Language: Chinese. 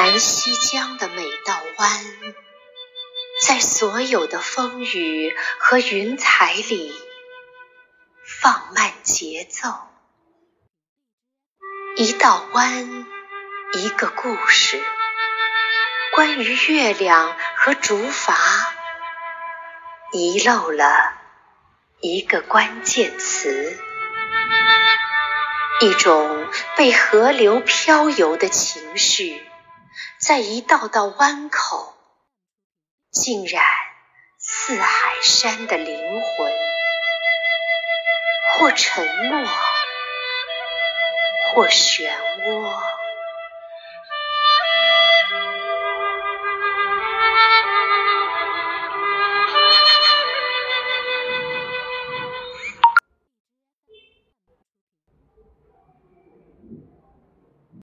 南溪江的每道湾，在所有的风雨和云彩里放慢节奏。一道湾，一个故事，关于月亮和竹筏，遗漏了一个关键词，一种被河流漂游的情绪，在一道道湾口浸染四海山的灵魂，或沉默，或漩涡。